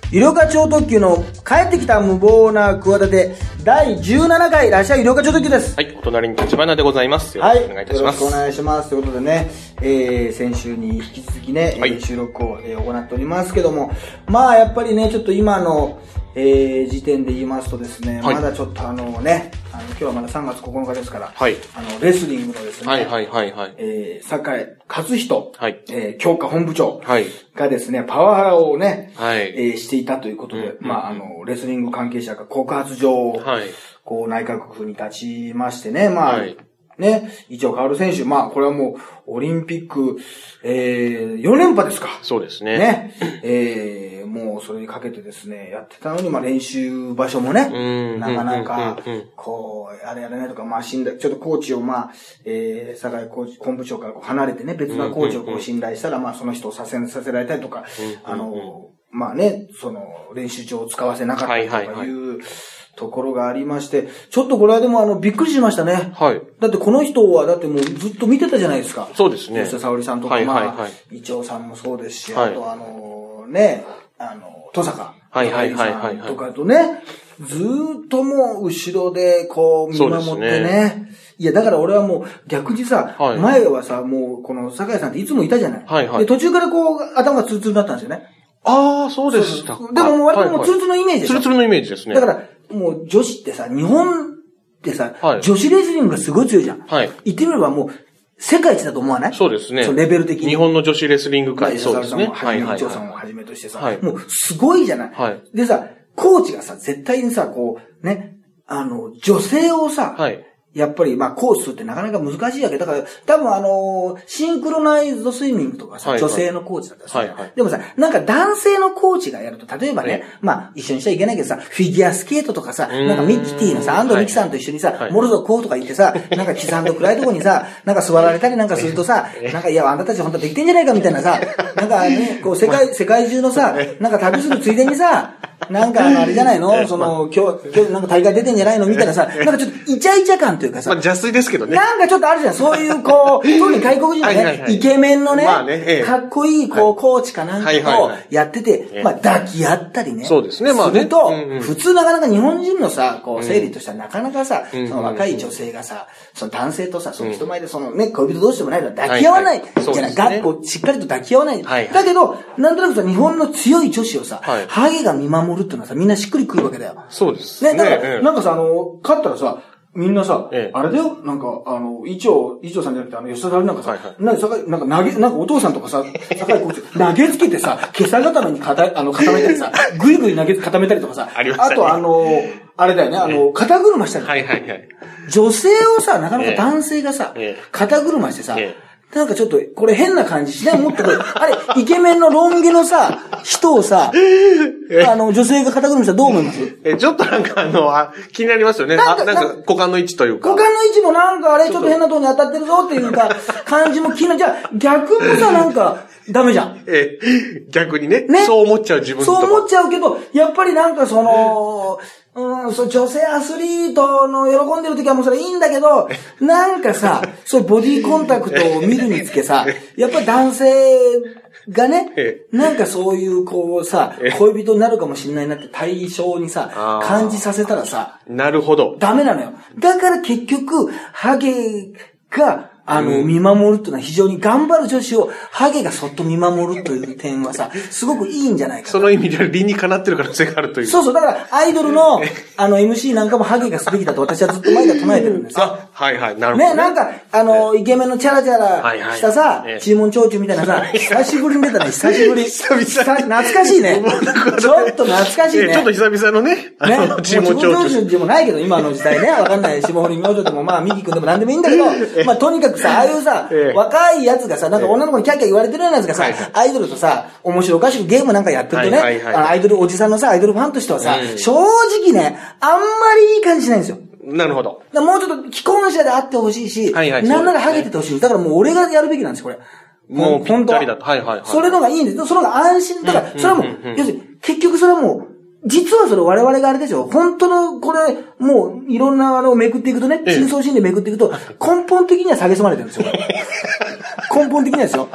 医療課長特急の帰ってきた無謀な企て第17回らっしゃい医療課長特急です。 はい、お隣に立花でございます。よろしくお願いいたします。 よろしくお願いします。ということでね、先週に引き続きね、収録を、行っておりますけども、まあやっぱりね、ちょっと今の、時点で言いますとですね、まだちょっと今日はまだ3月9日ですから、レスリングのですね、酒井勝人、強化本部長がですね、パワハラをね、していたということで、レスリング関係者が告発状を、こう内閣府に立ちましてね、一応薫選手、これはもう、オリンピック、4連覇ですか。 そうですね。 もうそれにかけてですね、やってたのに、練習場所もね、なかなか、こう、やれないとか、ちょっとコーチを酒井本部長から離れてね、別なコーチをこう信頼したら、その人をさせられたりとか、その練習場を使わせなかったりとかいう、ところがありまして、ちょっとこれはでもびっくりしましたね。だってこの人はだってもうずっと見てたじゃないですか。 そうですね。 吉田沙保里さんとか、伊調さんもそうですし、あと登坂さんとかとね、ずーっともう後ろでこう見守ってね。いや、だから俺はもう逆にさ、前はさ、もうこの酒井さんっていつもいたじゃない。で、途中からこう頭がツルツルになったんですよね。 ああ、そうでした。 でも割ともうツルツルのイメージですよ。 ツルツルのイメージですね。 だから、もう女子ってさ、日本ってさ、女子レスリングがすごい強いじゃん。言ってみればもう、世界一だと思わない？ そうですね。 そのレベル的に。 日本の女子レスリング界、そうですね。 伊調さんをはじめとしてさ、もうすごいじゃない。でさ、コーチがさ、絶対にさ、こう、ね、女性をさ、やっぱり、コーチするってなかなか難しいわけ。だから、多分シンクロナイズドスイミングとかさ、女性のコーチだったらさ、でもさ、なんか男性のコーチがやると、例えばね、一緒にしちゃいけないけどさ、フィギュアスケートとかさ、なんかミキティのさ、安藤美希さんと一緒にさ、モルゾこうとか言ってさ、なんか刻んで暗いとこにさ、なんか座られたりなんかするとさ、なんかいや、あんたたち本当はできてんじゃないかみたいなさ、なんかね、こう世界中のさ、なんか旅するついでにさ、なんかあれじゃないの今日なんか大会出てんじゃないのみたいなさ、なんかちょっとイチャイチャ感というかさ、 邪推ですけどね。 なんかちょっとあるじゃん。そういうこう、特に外国人のね、イケメンのね、かっこいいこう、コーチかなんかをやってて、抱き合ったりね。 そうですね、 すると、普通なかなか日本人のさ、こう、生理としてはなかなかさ、その若い女性がさ、その男性とさ、その人前でそのね、恋人同士でもないの抱き合わないじゃない。学校しっかりと抱き合わない。だけど、なんとなくさ、日本の強い女子をさ、ハゲが見守るっていうのはさ、みんなしっくりくるわけだよ。 そうです。 ね、だから、なんかさ、勝ったらさ、みんなさ、あれだよ、なんか、伊調さんじゃなくて、吉田さんなんかさ、なんかお父さんとかさ、酒井コーチ、投げつけてさ、今朝固めに固めたりさ、ぐいぐい固めたりとかさ、あとあれだよね、肩車したり。女性をさ、なかなか男性がさ、肩車してさ、なんかちょっと、これ変な感じしない？もっとこれ、あれ、イケメンのロン毛のさ、人をさ、女性が肩車したらどう思います？ ちょっとなんか気になりますよね。なんか股間の位置というか。 股間の位置もなんかあれ、ちょっと変なとこに当たってるぞっていうか、感じも気になる。じゃあ、逆もさ、なんか、ダメじゃん。 逆にね。そう思っちゃう自分とか。 そう思っちゃうけど、やっぱりなんか女性アスリートの喜んでる時はもうそれいいんだけど、なんかさ、そうボディコンタクトを見るにつけさ、やっぱり男性がね、なんかそういうこうさ、恋人になるかもしれないなって対象にさ、感じさせたらさ、 なるほど。 ダメなのよ。だから結局、ハゲが、見守るっていうのは非常に頑張る女子をハゲがそっと見守るという点はさ、すごくいいんじゃないか。 その意味では理にかなってる可能性があるという。 そう、だからアイドルのMC なんかもハゲがすべきだと私はずっと前から唱えてるんですよ。 なるほど。ね、 なんか、イケメンのチャラチャラしたさ、注文聴取みたいなさ、久しぶりに出たね、久しぶり。懐かしいね。ちょっと懐かしいね。 ちょっと久々のね、 注文聴取でもないけど、今の時代ね、わかんない。霜降り明星でもミキ君でも何でもいいんだけど、とにかくさ、ああいうさ、若いやつがさ、なんか女の子にキャッキャ言われてるようなやつがさ、アイドルとさ、面白おかしくゲームなんかやってるとね、アイドルおじさんのさ、アイドルファンとしてはさ、正直ね、あんまりいい感じしないんですよ。 なるほど。 もうちょっと既婚者であってほしいし、なんならハゲててほしい。だからもう俺がやるべきなんですよ、これ。 もう本当だと。 それのがいいんです。それが安心。だから、それはもう、要するに、結局それはもう、実はそれ我々があれでしょ。本当の、これ、もう、いろんなをめくっていくとね、深層心理めくっていくと、根本的には蔑まれてるんですよ。根本的にはですよ。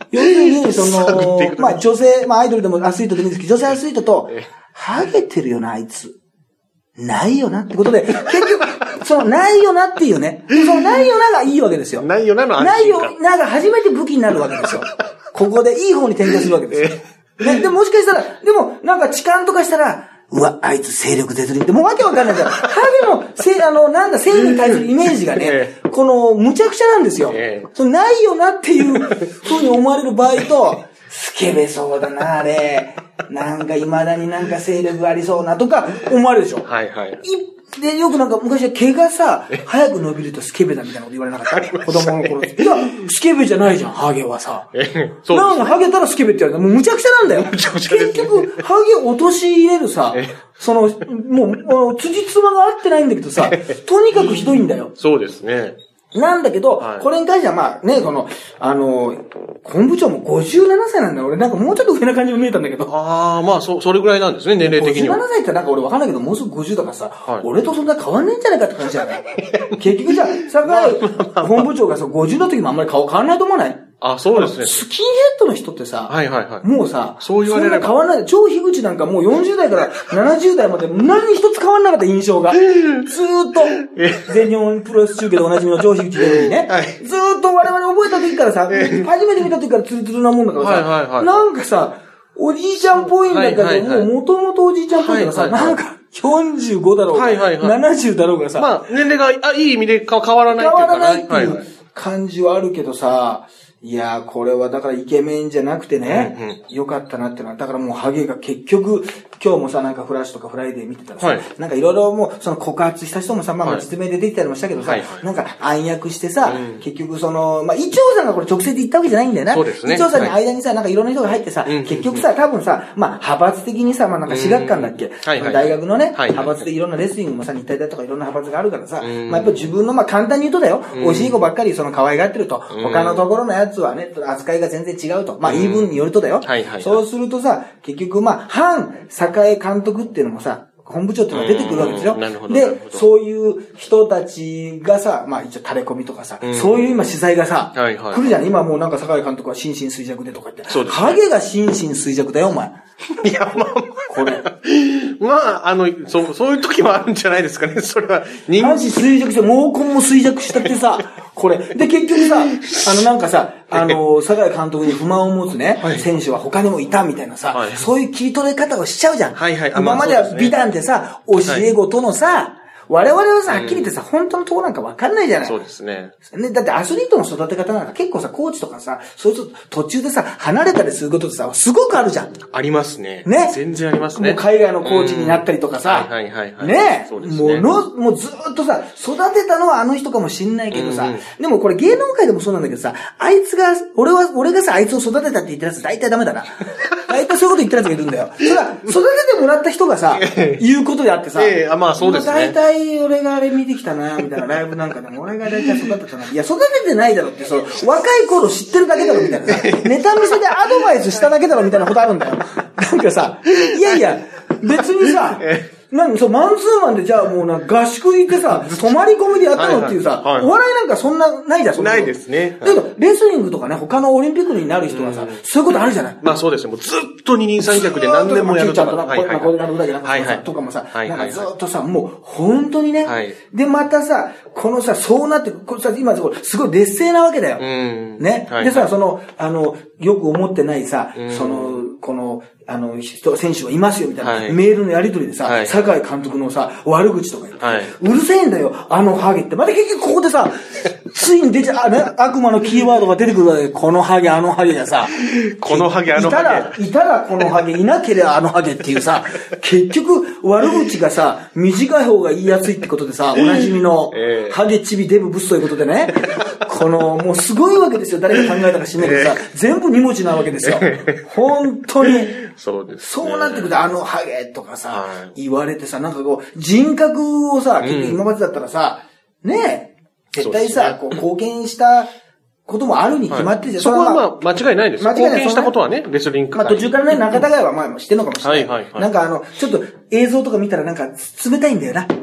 要するに、まあ女性、まあアイドルでもアスリートでもいいんですけど、女性アスリートと、ハゲてるよな、あいつ。ないよなってことで、結局、ないよなっていうね。ないよながいいわけですよ。 ないよなの安心感。ないよなが初めて武器になるわけですよ。ここでいい方に転換するわけですよ。で、もしかしたら、でも、なんか痴漢とかしたら、うわ、あいつ勢力出てるって、もうわけわかんないじゃん。ハゲの、なんだ、性に対するイメージがね、むちゃくちゃなんですよ。ないよなっていう風に思われる場合と、スケベそうだな、あれ。なんか未だになんか勢力ありそうなとか思われるでしょ。 はいはい。 で、よくなんか昔は毛がさ、早く伸びるとスケベだみたいなこと言われなかった子供の頃。いや、スケベじゃないじゃん、ハゲはさ。そう。なんかハゲたらスケベって言われたらもうむちゃくちゃなんだよ。結局、ハゲ落とし入れるさ、もう、辻褄が合ってないんだけどさ、とにかくひどいんだよ。 そうですね。 なんだけど、これに関してはまあね、本部長も57歳なんだよ。俺なんかもうちょっと上な感じも見えたんだけど。 ああ、まあそれぐらいなんですね、年齢的には。 57歳ってなんか俺わかんないけど、もうすぐ50だからさ、俺とそんな変わんないんじゃないかって感じじゃない結局じゃあ、酒井本部長がさ、50の時もあんまり顔変わんないと思わない？ あ、そうですね。 スキンヘッドの人ってさ、もうさ、 そう言われればそんな変わんない。超樋口なんかもう40代から70代まで何一つ変わんなかった印象が。ずーっと、全日本プロレス中継でおなじみの超樋口でにね、ずーっと我々覚えた時からさ、初めて見た時からツルツルなもんだからさ、なんかさ、おじいちゃんっぽいんだけど、もともとおじいちゃんっぽいからさ、なんか、45だろうが、70だろうがさ、 まあ、年齢が、いい意味で変わらないっていうか。 変わらないっていう感じはあるけどさ、いやー、これはだからイケメンじゃなくてね、よかったなってのは、だからもうハゲが結局、今日もさ、なんかフラッシュとかフライデー見てたらさ、なんかいろいろもう、告発した人もさ、まあ実名で出てきたりもしたけどさ、なんか暗躍してさ、結局まあ、伊調さんがこれ直接言ったわけじゃないんだよな。 そうですね。 伊調さんの間にさ、なんかいろんな人が入ってさ、結局さ、多分さ、まあ、派閥的にさ、まあなんか私学館だっけ、大学のね、派閥でいろんなレスリングもさ、日体大とかいろんな派閥があるからさ、まあやっぱ自分の、まあ簡単に言うとだよ、おしい子ばっかり可愛がってると、他のところのやつはね、扱いが全然違うと。まあ、言い分によるとだよ。そうするとさ、結局まあ、反栄監督っていうのもさ、本部長っていうのが出てくるわけですよ。で、そういう人たちがさ、まあ一応垂れ込みとかさ、そういう今取材がさ、来るじゃん。今もうなんか栄監督は心身衰弱でとか言って。ハゲが心身衰弱だよ、お前。 いや、まあ、これ。まあ、そういう時もあるんじゃないですかね、それは。 心身衰弱して、毛根も衰弱したってさ、これ。で、結局さ、なんかさ、栄監督に不満を持つね、選手は他にもいたみたいなさ、そういう切り取れ方をしちゃうじゃん。今までは美談ってさ、教え子とのさ、我々はさ、はっきり言ってさ、本当のとこなんかわかんないじゃない。 そうですね。 だってアスリートの育て方なんか結構さ、コーチとかさ、そういう途中でさ、離れたりすることってさ、すごくあるじゃん。 ありますね。 ね。 全然ありますね。 もう海外のコーチになったりとかさ。ね。もうずーっとさ、育てたのはあの人かもしんないけどさ、でもこれ芸能界でもそうなんだけどさ、あいつが、俺がさ、あいつを育てたって言ったやつ大体ダメだな。大体そういうこと言ってるやつがいるんだよ。それは、育ててもらった人がさ、言うことであってさ。 まあそうですね。 大体俺があれ見てきたな、みたいなライブなんかでも、俺が大体育てたな。いや、育ててないだろって、若い頃知ってるだけだろ、みたいなさ。ネタ見せでアドバイスしただけだろ、みたいなことあるんだよ。なんかさ、いやいや、別にさ、マンツーマンでじゃあもう合宿行ってさ、泊まり込みでやったのっていうさ、お笑いなんかそんなないじゃん、そんな。 ないですね。 だけど、レスリングとかね、他のオリンピックになる人はさ、そういうことあるじゃない。 まあそうですね。もうずっと二人三脚で何でもやるとか。 とかもさ、なんかずっとさ、もう本当にね。で、またさ、このさ、そうなって、今すごい劣勢なわけだよ。ね。でさ、よく思ってないさ、選手はいますよみたいな、メールのやり取りでさ、栄監督のさ、悪口とか言って、うるせえんだよ、あのハゲって。また結局ここでさ、ついに悪魔のキーワードが出てくるわけ。このハゲ、あのハゲじゃさ、 このハゲ、あのハゲ。いたらこのハゲ、いなければあのハゲっていうさ、結局悪口がさ、短い方が言いやすいってことでさ、おなじみの、ハゲチビデブブスということでね、もうすごいわけですよ。誰が考えたか知んないけどさ、全部2文字なわけですよ。本当に。 そうです。 そうなってくると、あのハゲとかさ、言われてさ、なんか人格をさ、結局今までだったらさ、ねえ、絶対さ、貢献したこともあるに決まってるじゃん。 そこはまあ、間違いないです。貢献したことはね、レスリングまあ途中からね、仲違いはまあしてんのかもしれない。なんかちょっと映像とか見たらなんか冷たいんだよな。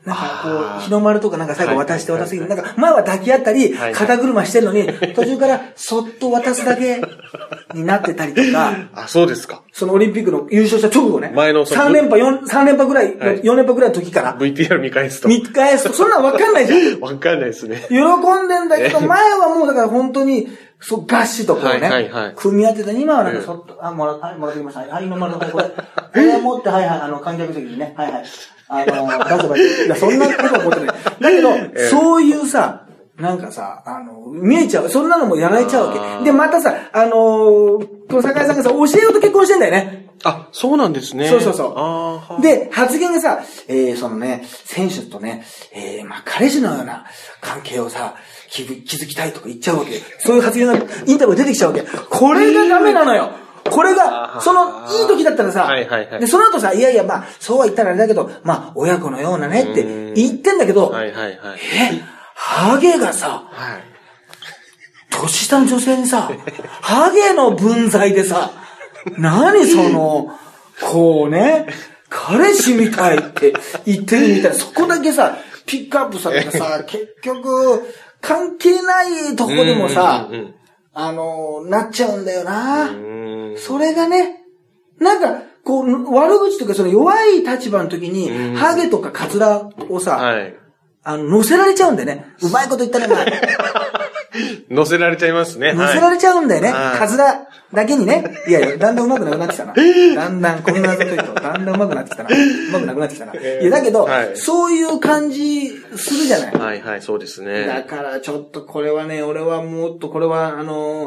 なんかこう、日の丸とかなんか最後渡して、なんか前は抱き合ったり、肩車してるのに、途中からそっと渡すだけになってたりとか。 あ、そうですか。 そのオリンピックの優勝した直後ね。 前の 3連覇ぐらい、4連覇ぐらいの時から。 VTR 見返すと、 そんなんわかんないじゃん。 わかんないですね。 喜んでんだけど、前はもうだから本当に、ガッシュとこうね、組み合ってた。今はなんかそっと、もらってきました。はい、日の丸のこれ持って、観客席にね、出せばいい。いや、そんなこと思ってない。だけど、そういうさ、なんかさ、見えちゃう。そんなのもやられちゃうわけ。で、またさ、この酒井さんがさ、教えようと結婚してんだよね。 あ、そうなんですね。 そう。で、発言がさ、そのね、選手とね、彼氏のような関係をさ、築きたいとか言っちゃうわけ。そういう発言がインタビュー出てきちゃうわけ。これがダメなのよ。これが、その、いい時だったらさ、で、その後さ、いやいや、そうは言ったらあれだけど、親子のようなねって言ってんだけど、ハゲがさ、年下の女性にさ、ハゲの分際でさ、何その、こうね、彼氏みたいって言ってるみたいな、そこだけさ、ピックアップされてさ、結局、関係ないとこでもさ、なっちゃうんだよな。それがね、なんか、こう、悪口とかその弱い立場の時に、ハゲとかカツラをさ、乗せられちゃうんだよね。うまいこと言ったね、 乗せられちゃいますね。 乗せられちゃうんだよね。カツラだけにね。いや、だんだん上手くなくなってきたな。だんだん、こんなこと言うと、だんだん上手くなってきたな。上手くなくなってきたな。いや、だけど、そういう感じするじゃない。 そうですね。 だからちょっとこれはね、俺はもっとこれは、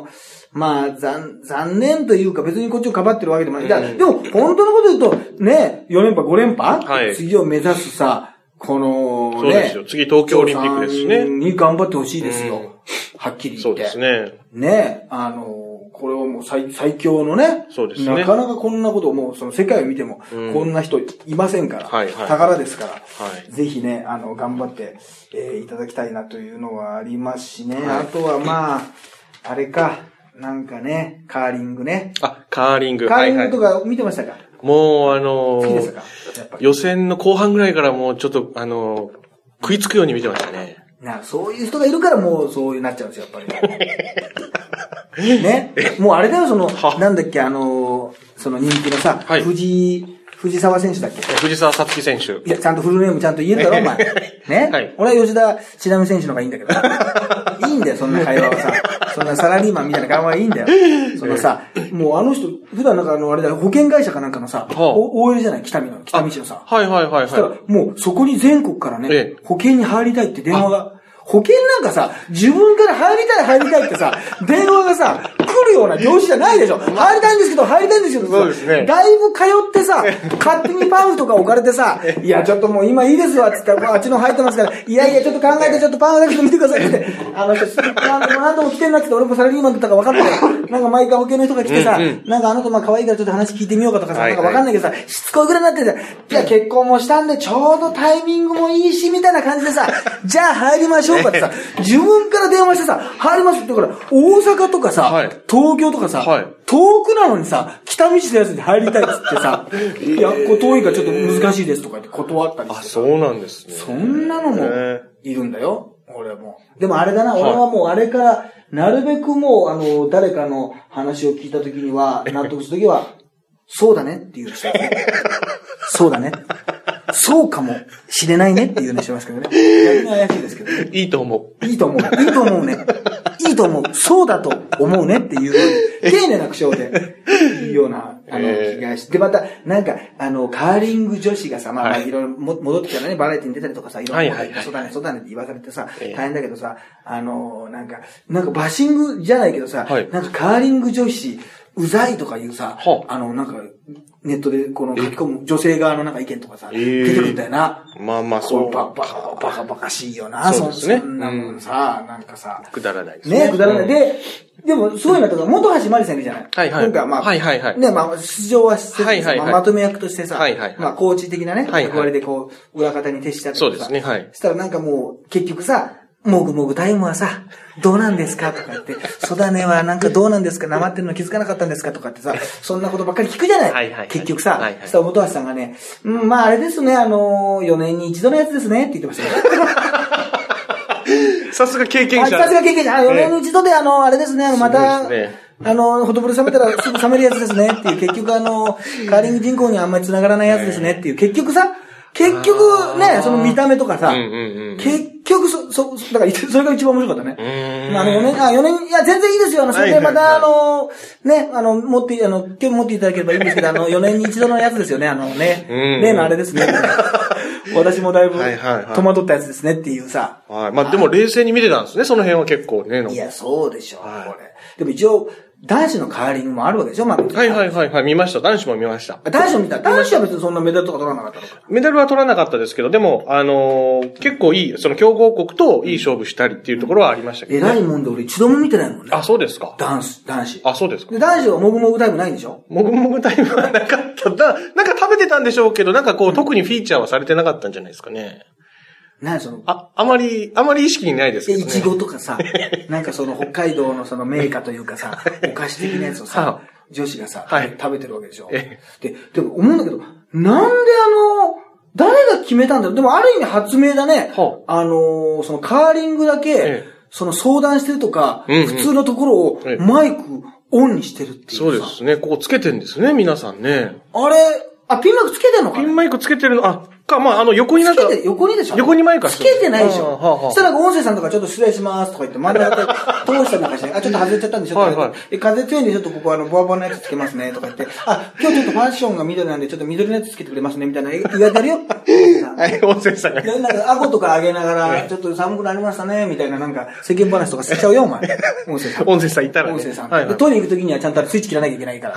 残念というか別にこっちをかばってるわけでもない。でも、本当のこと言うと、ね、4連覇、5連覇次を目指すさ、この、ね。 そうですよ。次東京オリンピックですしね。 に頑張ってほしいですよ。はっきり言って。 そうですね。 ね、これはもう最強のね。 そうですね。 なかなかこんなことをもう、その世界を見ても、こんな人いませんから。宝ですから。ぜひね、頑張って、いただきたいなというのはありますしね。あとはあれか、なんかね、カーリングね。 カーリング。 カーリングとか見てましたか？ もう好きですか？ 予選の後半ぐらいからもうちょっと食いつくように見てましたね。 そういう人がいるからもうそうなっちゃうんですよ、やっぱり。ね。もうあれだよ、なんだっけ、その人気のさ、藤沢選手だっけ？ 藤沢さつき選手。 いや、ちゃんとフルネームちゃんと言えるだろ、お前。ね。俺は吉田知那美選手の方がいいんだけど。いいんだよ、そんな会話はさ。そんなサラリーマンみたいな会話はいいんだよ。そのさ、もうあの人、普段なんかあれだよ、保険会社かなんかのさ、OL じゃない、北見のさ。そしたら、もうそこに全国からね、保険に入りたいって電話が、保険なんかさ、自分から入りたいってさ、電話がさ、来るような業種じゃないでしょ。入りたいんですけど、 そうですね。 だいぶ通ってさ、勝手にパンフとか置かれてさ、いや、ちょっともう今いいですわ、つったら、あっちの入ってますから、いや、ちょっと考えて、ちょっとパンフだけ見てくださいって、何度も来てんなって俺もサラリーマンだったか分かんないけど、なんか毎回保険の人が来てさ、なんかあの子可愛いからちょっと話聞いてみようかとかさ、なんか分かんないけどさ、しつこいぐらいになってさ、じゃあ結婚もしたんで、ちょうどタイミングもいいし、みたいな感じでさ、じゃあ入りましょうかってさ、自分から電話してさ、入りますって言うから、大阪とかさ、東京とかさ、遠くなのにさ、北見市のやつに入りたいっつってさ、いや、遠いからちょっと難しいですとか言って断ったりして。 そうなんですね。 そんなのもいるんだよ、俺はもう。でもあれだな、俺はもうあれから、なるべくもう、誰かの話を聞いた時には、納得する時は、そうだねっていう人。そうだね。そうかもしれないねっていうねしてますけどね。逆に怪しいですけどね。 いいと思うね。 いいと思う。そうだと思うねっていう、丁寧な口調で言うような、気がして。で、また、なんか、カーリング女子がさ、いろいろ戻ってきたらね、バラエティに出たりとかさ、いろいろ、そうだねって言わされてさ、大変だけどさ、なんかバッシングじゃないけどさ、なんかカーリング女子、うざいとかいうさ、なんか、ネットでこの書き込む女性側のなんか意見とかさ、出てくるんだよな。 そう。 バカしいよな。 そうですね。 そんなもんさ、なんかさ。 くだらないですね。 ね、くだらない。でも、すごいなとか、元橋まりさんいるじゃない。今回ね、出場はしてるまとめ役としてさ、コーチ的なね、役割でこう、裏方に徹したりとか。 そうですね、 したらなんかもう、結局さ、 もぐもぐタイムはさ、どうなんですかとか言って、そうだねはなんかどうなんですか、なまってるの気づかなかったんですかとかってさ、そんなことばっかり聞くじゃない。はいはいはい、結局さ、そしたら本橋さんがね、まああれですね、4年に一度のやつですねって言ってましたよ。 さすが経験者。 さすが経験者。4年に一度であれですね、また、フォトボール冷めたらすぐ冷めるやつですねっていう、結局カーリング人口にあんまり繋がらないやつですねっていう、結局ね、その見た目とかさ、結局だからそれが一番面白かったね。4年、いや、全然いいですよ。それでまたね、持っていただければいいんですけど、4年に一度のやつですよね、例のあれですね。私もだいぶ戸惑ったやつですねっていうさ。 まあでも冷静に見てたんですね、その辺は結構ね。 いや、そうでしょ、これ。でも一応、男子のカーリングもあるわけでしょ、まあ。 はい、見ました。男子も見ました。 男子も見た。男子は別にそんなメダルとか取らなかったのか。 メダルは取らなかったですけど、でも、結構いい、その強豪国といい勝負したりっていうところはありましたけど、 ね。偉いもんで俺一度も見てないもんね。 あ、そうですか。 男子。 あ、そうですか。 で、男子はもぐもぐタイムないんでしょ？ もぐもぐタイムはなかった。なんか食べてたんでしょうけど、なんかこう、特にフィーチャーはされてなかったんじゃないですかね。あまり意識にないですけどね。 いちごとかさ、なんかその北海道のその銘菓というかさ、お菓子的なやつをさ、女子がさ、食べてるわけでしょ。でも思うんだけど、なんで誰が決めたんだろう。でもある意味発明だね。そのカーリングだけ、その相談してるとか、普通のところをマイクオンにしてるっていう。 そうですね。ここつけてるんですね、皆さんね。 ピンマイクつけてんのかピンマイクつけてるの、まあ、横になんか。 横にでしょ？ 横にマイクつけてないでしょ？そしたら音声さんとかちょっと失礼しますとか言って真ん中で通したりなんかして、ちょっと外れちゃったんでしょとか言って、風強いんでちょっとここボワボワのやつつけますねとか言って、今日ちょっとファッションが緑なんでちょっと緑のやつつけてくれますねみたいな言われてるよ。 はい、音声さんが。 なんか顎とか上げながら、ちょっと寒くなりましたねみたいななんか世間話とかしちゃうよ、お前。音声さん。 音声さんいたらね。 音声さん。トイレ行くときにはちゃんとスイッチ切らなきゃいけないから。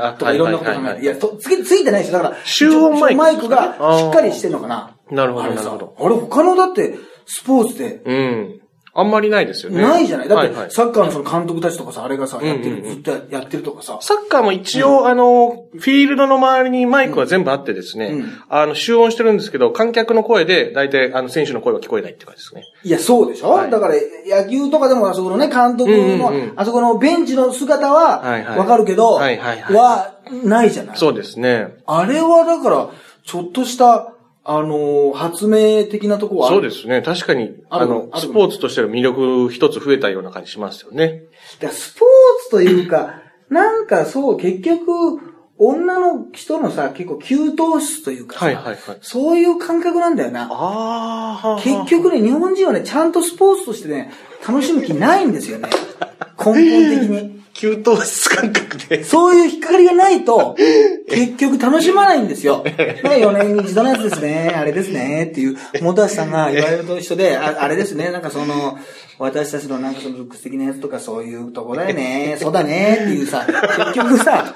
とかいろんなこと考えて。いや、ついてないでしょ。だから、 集音マイクがしっかりしてんのかな。 なるほど、なるほど。 あれ、他のだって、スポーツで。 あんまりないですよね。 ないじゃない。だって、サッカーのその監督たちとかさ、あれがさ、ずっとやってるとかさ。 サッカーも一応、フィールドの周りにマイクは全部あってですね、集音してるんですけど、観客の声で、大体、選手の声は聞こえないって感じですね。 いや、そうでしょ？だから、野球とかでもあそこのね、監督の、あそこのベンチの姿は、わかるけど、は、ないじゃない。 そうですね。 あれはだから、ちょっとした、発明的なところはある。 そうですね。確かに、スポーツとしての魅力一つ増えたような感じしますよね。 スポーツというか、なんかそう、結局、女の人のさ、結構給湯室というかさ、そういう感覚なんだよな。結局ね、日本人はね、ちゃんとスポーツとしてね、楽しむ気ないんですよね。根本的に。 給湯室感覚で。 そういう光がないと、結局楽しまないんですよ。4年に一度のやつですね、あれですね、っていう、本橋さんが言われると一緒で、あれですね、なんか私たちのなんかそのルックス的なやつとかそういうとこだよね、そうだね、っていうさ、結局さ、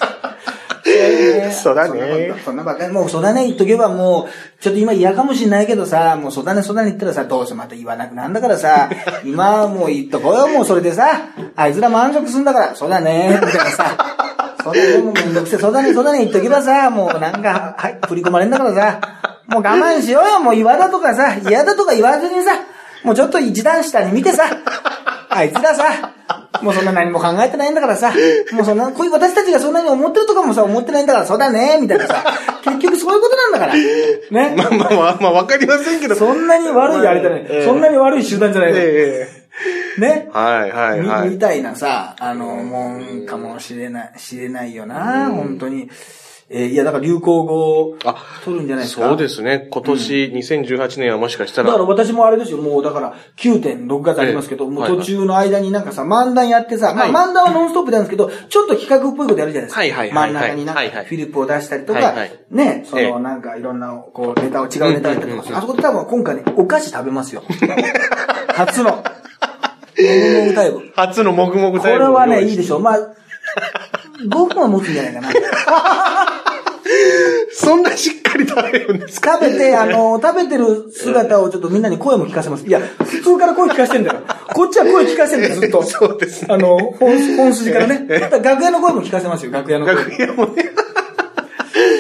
そうだね。 そんなばっかり、もうそうだね言っとけばもう、ちょっと今嫌かもしんないけどさ、もうそうだね言ったらさ、どうせまた言わなくなんだからさ、今もう言っとこうよ、もうそれでさ、あいつら満足すんだから、そうだね、みたいなさ、そうだね、もうめんどくせえ、そうだね言っとけばさ、もうなんか、振り込まれんだからさ、もう我慢しようよ、もう岩だとかさ、嫌だとか言わずにさ、もうちょっと一段下に見てさ、あいつらさ、もうそんな何も考えてないんだからさ、もうそんな、私たちがそんなに思ってるとかもさ、思ってないんだから、そうだね、みたいなさ、結局そういうことなんだから。ね。 まあ、わかりませんけど。 そんなに悪いあれじゃない。そんなに悪い集団じゃないの。ね。みたいなさ、もんかもしれないよな、本当に。いや、だから流行語を取るんじゃないですか。 そうですね。今年2018年はもしかしたら。 だから私もあれですよ、もうだから 9.6 月ありますけど、もう途中の間になんかさ、漫談やってさ、まあ漫談はノンストップなんですけど、ちょっと企画っぽいことやるじゃないですか。真ん中になんかフィリップを出したりとか、ね、なんかいろんな、違うネタをやったりとか、あそこで多分今回ね、お菓子食べますよ。初の。もぐもぐタイム。 初のもぐもぐタイム。 これはね、いいでしょう。まあ、5分は持つんじゃないかな。 そんなしっかり食べるんですか？ 食べてる姿をちょっとみんなに声も聞かせます。いや、普通から声聞かせてんだよ。こっちは声聞かせてんだよ、ずっと。 そうですね。 本筋からね。楽屋の声も聞かせますよ、楽屋の声。 楽屋もね。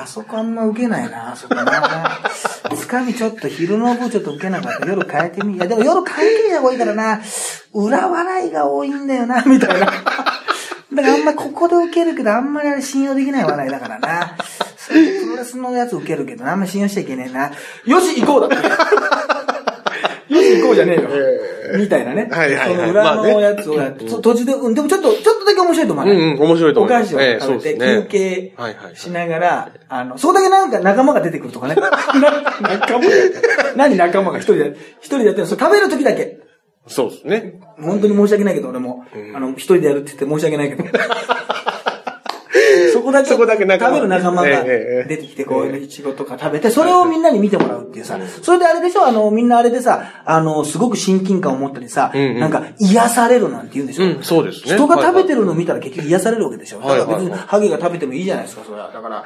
あそこあんま受けないな、あそこな。つかみちょっと昼の部ちょっと受けなかった。夜変えてみ。いや、でも夜関係者が多いからな、裏笑いが多いんだよな、みたいな。だからあんまここで受けるけど、あんまりあれ信用できない笑いだからな。プロレスのやつ受けるけど、あんまり信用しちゃいけねえな。よし、行こうだって。よし、行こうじゃねえよ。みたいなね。 はいはいはい。 その裏のやつをやって、途中で、でもちょっとだけ面白いと思うね。 面白いと思う。 お菓子を食べて、休憩しながら、そこだけなんか仲間が出てくるとかね。仲間何仲間が一人でやってるの？食べるときだけ。 そうですね。 本当に申し訳ないけど、俺も、一人でやるって言って申し訳ないけど。そこだけ食べる仲間が出てきて、こういうイチゴとか食べて、それをみんなに見てもらうっていうさ、それであれでしょ、みんなあれでさ、すごく親近感を持ったりさ、なんか癒されるなんて言うんでしょ。 そうですね。 人が食べてるのを見たら結局癒されるわけでしょ。だから別にハゲが食べてもいいじゃないですか、それは。だから、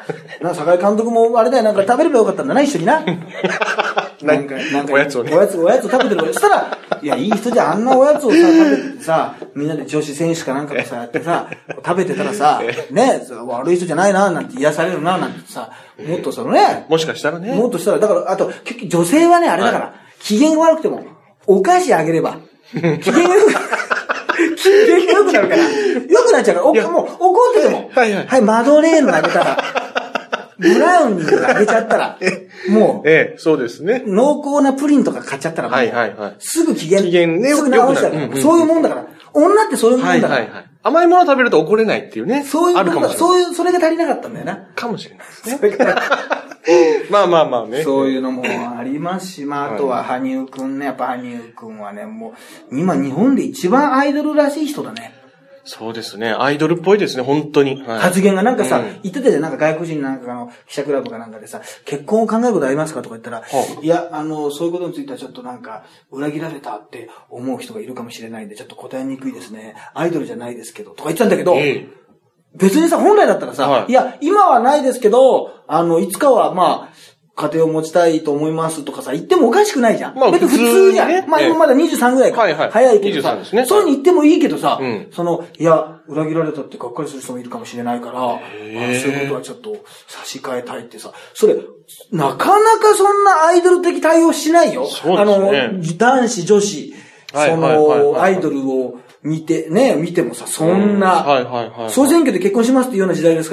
酒井監督もあれだよ、なんか食べればよかったんだな、一緒にな。 なんか、おやつをね。 おやつ食べてる。そしたら、いや、いい人じゃん、あんなおやつをさ、食べててさ、みんなで女子選手かなんかとさ、やってさ、食べてたらさ、ね、悪い人じゃないな、なんて癒されるな、なんてさ、もっとそのね。 もしかしたらね。 もっとしたら、だから、あと、女性はね、あれだから、機嫌が悪くても、お菓子あげれば、機嫌が良くなるから、良くなっちゃうから、もう、怒ってても、はい、マドレーヌあげたら、ブラウニーあげちゃったら、もう、 そうですね。 濃厚なプリンとか買っちゃったら、すぐ機嫌ね、すぐ直しちゃうから、そういうもんだから。女ってそういうもんだから。 甘いもの食べると怒れないっていうね。 そういうもんだから、それが足りなかったんだよな。 かもしれないですね。まあね。 そういうのもありますし、あとは羽生くんね、やっぱ羽生くんはね、もう、今日本で一番アイドルらしい人だね。 そうですね。アイドルっぽいですね、本当に。 発言がなんかさ、言ってたじゃん、なんか外国人なんか記者クラブかなんかでさ、結婚を考えることありますかとか言ったら、いや、そういうことについてはちょっとなんか、裏切られたって思う人がいるかもしれないんで、ちょっと答えにくいですね。アイドルじゃないですけど、とか言ってたんだけど、別にさ、本来だったらさ、いや、今はないですけど、いつかは家庭を持ちたいと思いますとかさ、言ってもおかしくないじゃん。別に普通じゃん。今まだ23ぐらいか。早いけどさ、そういうの言ってもいいけどさ、いや、裏切られたってがっかりする人もいるかもしれないから、そういうことはちょっと差し替えたいってさ、それ、なかなかそんなアイドル的対応しないよ。男子、女子、アイドルを見てもさ、そんな、総選挙で結婚しますっていうような時代ですから。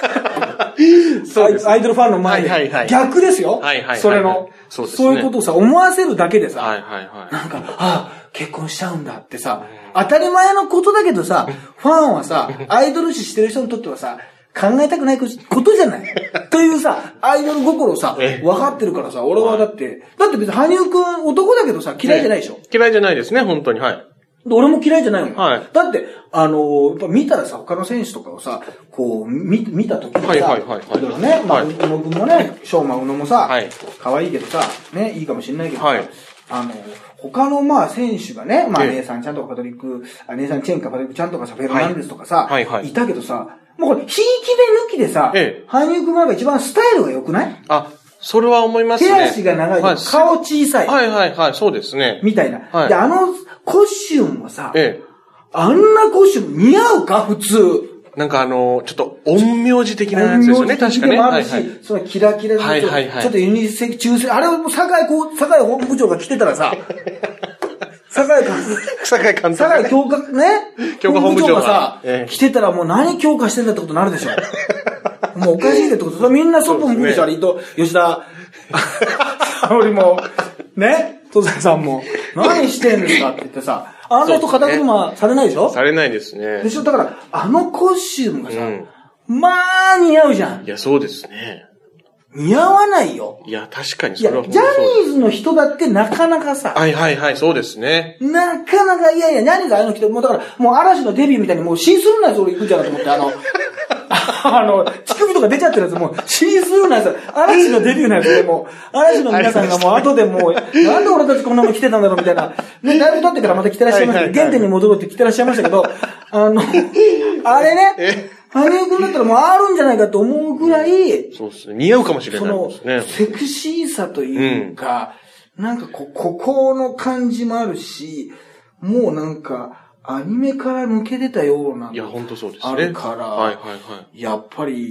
アイドルファンの前で。逆ですよ。それの。そういうことをさ、思わせるだけでさ、なんか、結婚しちゃうんだってさ、当たり前のことだけどさ、ファンはさ、アイドル視してる人にとってはさ、考えたくないことじゃないというさ、アイドル心をさ、分かってるからさ、俺はだって別に羽生くん男だけどさ、嫌いじゃないでしょ。 嫌いじゃないですね、本当に。 俺も嫌いじゃないもん。だって、やっぱ見たらさ、他の選手とかをさ、こう、見た時にさ、いろいろね、宇野くんもね、翔馬宇野もさ、可愛いけどさ、ね、いいかもしれないけどさ、他の選手がね、姉さんちゃんとか姉さんチェンかパトリックちゃんとかさ、フェルナンデスとかさ、いたけどさ、もうこれ、ひいきで抜きでさ、羽生くんが一番スタイルが良くない？ それは思いますね。 手足が長い、顔小さい。 そうですね。 みたいな。で、コスチュームはさ、あんなコスチューム似合うか普通。 なんかちょっと陰陽師的なやつですよね、確かに。 もあるし、そのキラキラで、ちょっとユニセク中世、あれを酒井本部長が来てたらさ、酒井強化本部長がさ、来てたらもう何強化してんだってことになるでしょ。もうおかしいでってこと。みんな外向くでしょ、あれ、吉田、俺も、ね、戸田さんも、何してんですかって言ってさ、あんな人肩車されないでしょ？ されないですね。 でしょ？だから、コスチュームがさ、似合うじゃん。 いや、そうですね。 似合わないよ。 いや、確かにそれは。 ジャニーズの人だってなかなかさ。 そうですね。 なかなか、ジャニーズ人、もうだから、もう嵐のデビューみたいにもうシースルーなやつ俺行くんじゃないと思って、乳首とか出ちゃってるやつ、もうシースルーなやつ、嵐のデビューのやつでもう、嵐の皆さんがもう後でもう、なんで俺たちこんなの来てたんだろうみたいな。ね、だいぶ経ってからまた来てらっしゃいましたけど、原点に戻ろうって来てらっしゃいましたけど、あれね、羽生くんだったらもうあるんじゃないかと思うぐらい、 そうですね。似合うかもしれないですね。 セクシーさというか、なんかここの感じもあるし、もうなんか、アニメから抜け出たような。 いや、本当そうですね。 あるから、やっぱり、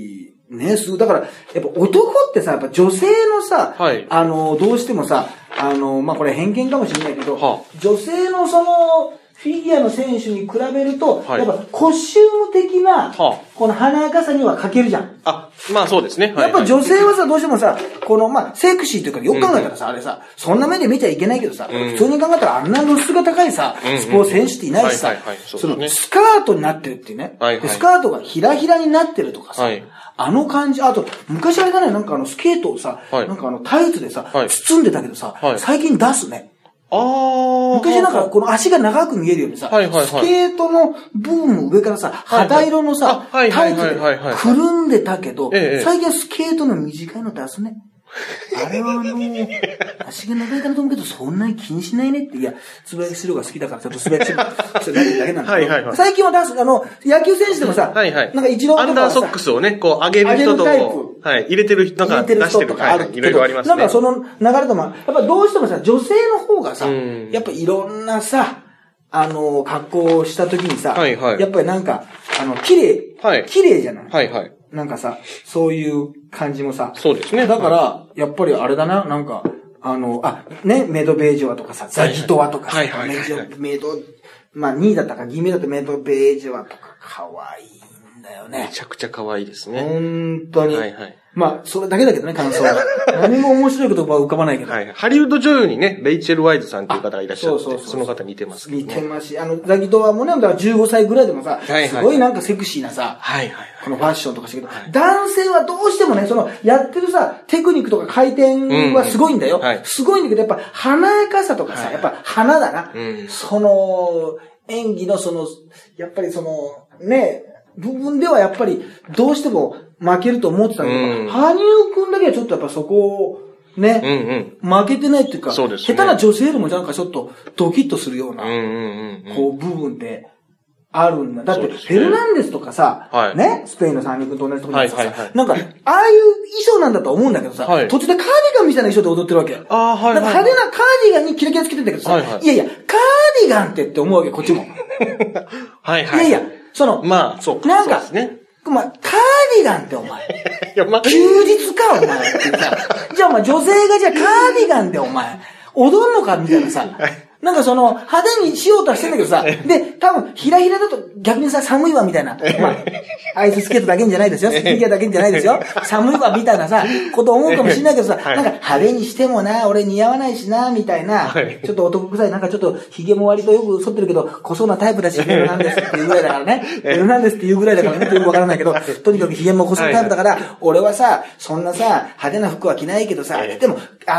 ね、だから、やっぱ男ってさ、やっぱ女性のさ、はい、どうしてもさ、まあ、これ偏見かもしれないけど、女性のその、フィギュアの選手に比べると、やっぱコスチューム的な、この華やかさには欠けるじゃん。 あ、まあそうですね。 やっぱ女性はさ、どうしてもさ、この、まあ、セクシーというか、よく考えたらさ、あれさ、そんな目で見ちゃいけないけどさ、普通に考えたらあんな露出が高いさ、スポーツ選手っていないしさ、その、スカートになってるっていうね。スカートがひらひらになってるとかさ、あの感じ、あと、昔あれだね、なんかスケートをさ、なんかタイツでさ、包んでたけどさ、最近出すね。昔なんかこの足が長く見えるようにさ、スケートの部分を上からさ、肌色のさ、タイツでくるんでたけど、最近スケートの短いの出すね。あれは足が長いからと思うけど、そんなに気にしないねって、いや、つぶやきするが好きだからちょっとつぶやきするだけなんだけど、最近は出す、野球選手でもさ、なんか一度アンダーソックスをね、こう上げる人と、はい、入れてる人が出してるとかある。いろいろありますね。 なんかその流れとも、やっぱどうしてもさ、女性の方がさ、やっぱいろんなさ、格好をした時にさ、やっぱりなんか、綺麗じゃない。はいはい。なんかさ、そういう感じもさ。 そうですね。 だから、やっぱりあれだな、なんか、ね、メドベージョワとかさ、ザギトワとかさ、メド、まあ2位だったか、銀メダルメドベージョワとか、可愛いんだよね。 めちゃくちゃ可愛いですね。 本当に。はいはい。まあ、それだけだけどね、感想は。何も面白い言葉は浮かばないけど。はい。 ハリウッド女優にね、レイチェル・ワイズさんという方がいらっしゃって、その方似てますけど、ね。 似てますし、ザギトワもね、だから15歳ぐらいでもさ、すごいなんかセクシーなさ、このファッションとかしてるけど、男性はどうしてもね、その、やってるさ、テクニックとか回転はすごいんだよ。すごいんだけど、やっぱ、華やかさとかさ、やっぱ、花だな。その、演技のその、やっぱりその、ね、部分ではやっぱり、どうしても負けると思ってたんだけど、羽生くんだけはちょっとやっぱそこを、ね、負けてないっていうか、下手な女性よりもなんかちょっとドキッとするような、こう部分ってあるんだ。だって、フェルナンデスとかさ、ね、スペインの三人君と同じところにさ、なんか、ああいう衣装なんだと思うんだけどさ、途中でカーディガンみたいな衣装で踊ってるわけ。なんか派手なカーディガンにキラキラつけてんだけどさ、いやいや、カーディガンって思うわけ、こっちも。いやいや、 まあ、そうか。 なんか、まあ、カーディガンってお前。休日かお前ってさ。じゃあお前女性がじゃあカーディガンでお前、踊んのかみたいなさ。なんか派手にしようとはしてんだけどさ。で、多分、ひらひらだと逆にさ、寒いわみたいな。まあ、アイススケートだけじゃないですよ。スキーだけじゃないですよ。寒いわみたいなさ、こと思うかもしれないけどさ、なんか派手にしてもな、俺似合わないしな、みたいな。ちょっと男臭い、なんかちょっと髭も割とよく剃ってるけど、濃そうなタイプだし、フェルナンデスっていうぐらいだからね。フェルナンデスっていうぐらいだからね、よくわからないけど、とにかく髭も濃そうなタイプだから、俺はさ、そんなさ、派手な服は着ないけどさ、でも、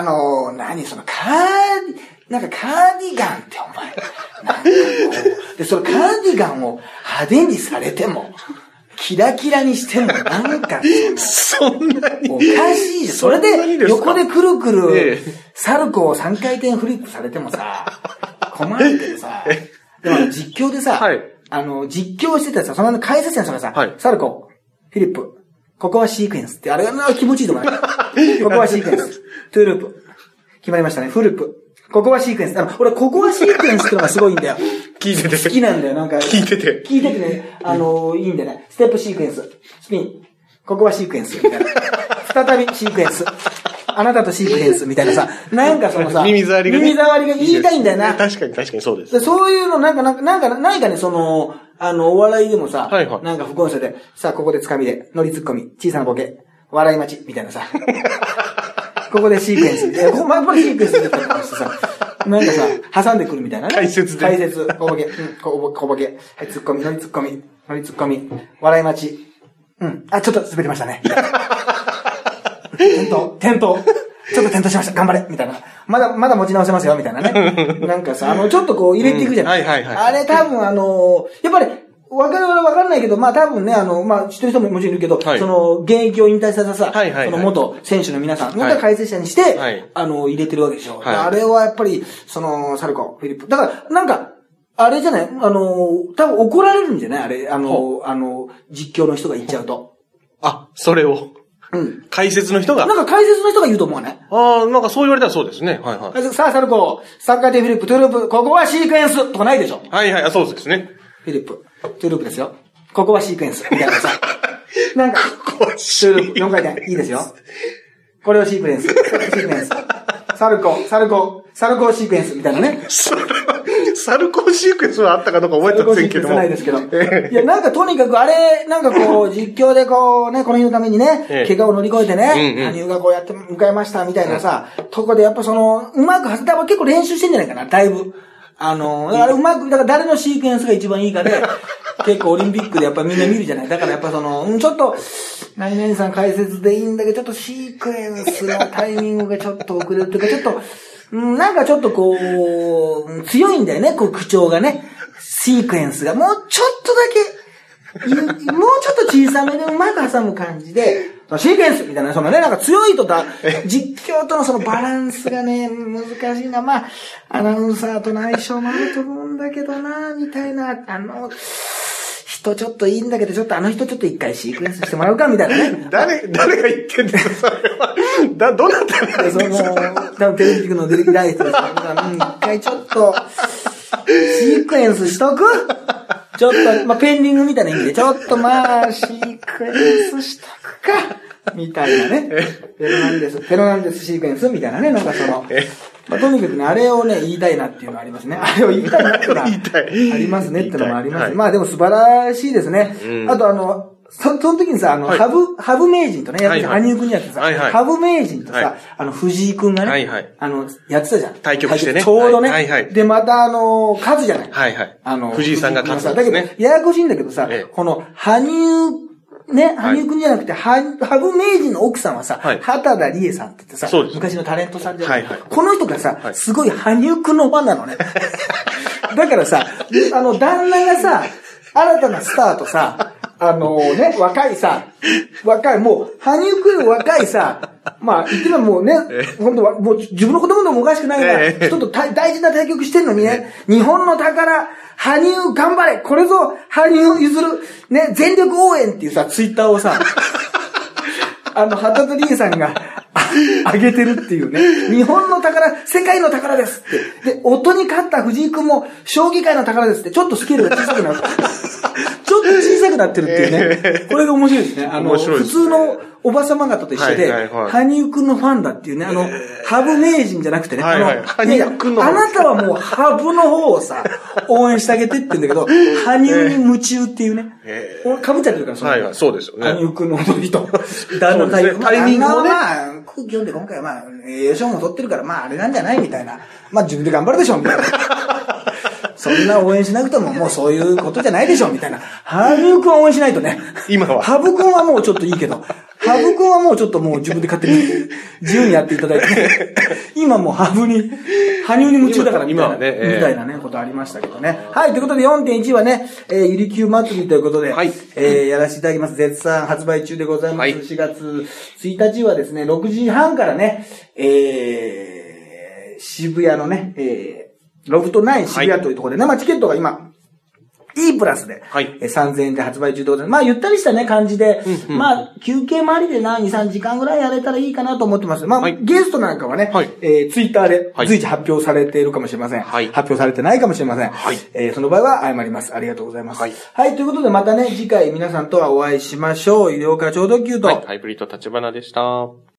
なんかカーディガンってお前。なんかで、そのカーディガンを派手にされても、キラキラにしても、なんか、 そんなにおかしいじゃん。それで、横でくるくる、サルコーを3回転フリップされてもさ、困るけどさ、でも実況でさ、実況してたさ、その解説者の人がさ、サルコー、フィリップ、ここはシークエンスって、あれが気持ちいいと思う。ここはシークエンス、トゥーループ。決まりましたね、フループ。ここはシークエンス。俺、ここはシークエンスってのがすごいんだよ。 聞いてて。 好きなんだよ、なんか。 聞いててね、いいんだよね。ステップシークエンス。スピン。ここはシークエンス。みたいな。再びシークエンス。あなたとシークエンス。みたいなさ。なんかそのさ。 耳障りがね。 耳障りが言いたいんだよな。 確かにそうです。 そういうの、なんかね、お笑いでもさ、なんか副音声で、さあ、ここでつかみで、ノリツッコミ、小さなボケ、笑い待ち、みたいなさ。ここでシークエンス。やっぱりシークエンスでさ、なんかさ、挟んでくるみたいなね。 解説。 小ボケ。小ボケ。はい、ツッコミ、ノリツッコミ、笑い待ち。ちょっと滑りましたね。転倒。ちょっと転倒しました。頑張れみたいな。まだ持ち直せますよみたいなね。なんかさ、ちょっとこう入れていくじゃない。あれ多分やっぱり、わかんないけど、まあ多分ね、知ってる人ももちろんいるけど、現役を引退させたさ、その元選手の皆さんが解説者にして、入れてるわけでしょ。あれはやっぱり、サルコ、フィリップ。だから、なんか、あれじゃない多分怒られるんじゃないあれ、実況の人が言っちゃうと。 それを。解説の人がなんか解説の人が言うと思うね。 なんかそう言われたらそうですね。 さあ、サルコ、3回転フィリップ、トゥループ、ここはシークエンスとかないでしょ。 そうですね。 フィリップ、トゥループですよ。ここはシークエンス。みたいなさ。 なんか、4回転。いいですよ。これをシークエンス。シークエンス。サルコーシークエンスみたいなね。 サルコーシークエンスはあったかどうか覚えてませんけども。 ないですけど。いや、なんかとにかくあれ、なんかこう、実況でこうね、この日のためにね、怪我を乗り越えてね、羽生がこうやって迎えましたみたいなさ、とこでやっぱその、うまく、多分結構練習してんじゃないかな、だいぶ。あれうまく、だから誰のシークエンスが一番いいかで、結構オリンピックでやっぱみんな見るじゃない。だからやっぱその、ちょっと、何々さん解説でいいんだけど、ちょっとシークエンスのタイミングがちょっと遅れるというか、ちょっと、なんかちょっとこう、強いんだよね、こう口調がね。シークエンスが。もうちょっとだけ、もうちょっと小さめでうまく挟む感じで、シークエンスみたいな、そのね、なんか強いと実況とのそのバランスがね、難しいな。まあ、アナウンサーとの相性もあると思うんだけどな、みたいな、人ちょっといいんだけど、ちょっと人ちょっと一回シークエンスしてもらうか、みたいなね。 誰が言ってんだよ、それは。どなたがその、多分テレビ局の出てきない人ですから、一回ちょっと、シークエンスしとく？ちょっと、まあ、ペンディングみたいな意味で、ちょっとまあ、シークエンスしとくか、みたいなね。フェロナンデスシークエンスみたいなね、なんかその、まあ、とにかくね、あれをね、言いたいなっていうのはありますね。あれを言いたいなっていうのはありますねっていうのもあります。まあでも素晴らしいですね。あとその時にさ、ハブ名人とね、やってた、羽生くんやってさ、ハブ名人とさ、藤井くんがね、やってたじゃん。 対局してね。 ちょうどね。で、また勝つじゃない。 藤井さんが勝つ。 だけど、ややこしいんだけどさ、この、羽生くんじゃなくて、羽生名人の奥さんはさ、畑田理恵さんって言ってさ、昔のタレントさんじゃない。この人がさ、すごい羽生くんのファンなのね。だからさ、旦那がさ、新たなスターとさ、若い、もう、羽生くんの若いさ、まあ、言ってみればもうね、本当は、もう自分の子供でもおかしくないから、ちょっと大事な対局してんのにね、日本の宝、羽生頑張れ、これぞ羽生結る、ね、全力応援っていうさ、ツイッターをさ、畑田理恵さんが上げてるっていうね、日本の宝、世界の宝ですって。で、音に勝った藤井くんも、将棋界の宝ですって、ちょっとスケールが小さくなる。ちょっと小さくなってるっていうね。これが面白いですね。普通のおばさま方と一緒で、羽生くんのファンだっていうね、ハブ名人じゃなくてね、羽生くんのあなたはもうハブの方をさ、応援してあげてって言うんだけど、羽生に夢中っていうね。被っちゃってるから、 そうですよね。 羽生くんの時と、旦那タイミングもね。まあ、空気読んで今回はまあ、栄賞も取ってるから、まああれなんじゃないみたいな。まあ自分で頑張るでしょみたいな。そんな応援しなくてももうそういうことじゃないでしょみたいな。羽生くんは応援しないとね。 今は。 羽生くんはもうちょっといいけど。羽生くんはもうちょっともう自分で勝手に自由にやっていただいて。今もう羽生に夢中だからみたいな、ね、みたいなね、ことありましたけどね。はい、ということで 4.1 はね、ゆりきゅう祭りということで、やらせていただきます。絶賛発売中でございます。4月1日はですね、6時半からね、渋谷のね、ロフト9渋谷というところでね、まあチケットが今、E プラスで、3000円で発売中でございます。まあゆったりしたね、感じで、まあ休憩もありで2、3時間ぐらいやれたらいいかなと思ってます。まあ、ゲストなんかはね、ツイッターで随時発表されているかもしれません。発表されてないかもしれません。その場合は謝ります。ありがとうございます。はい、ということでまたね、次回皆さんとはお会いしましょう。医療科超特急と、 ハイブリッド立花でした。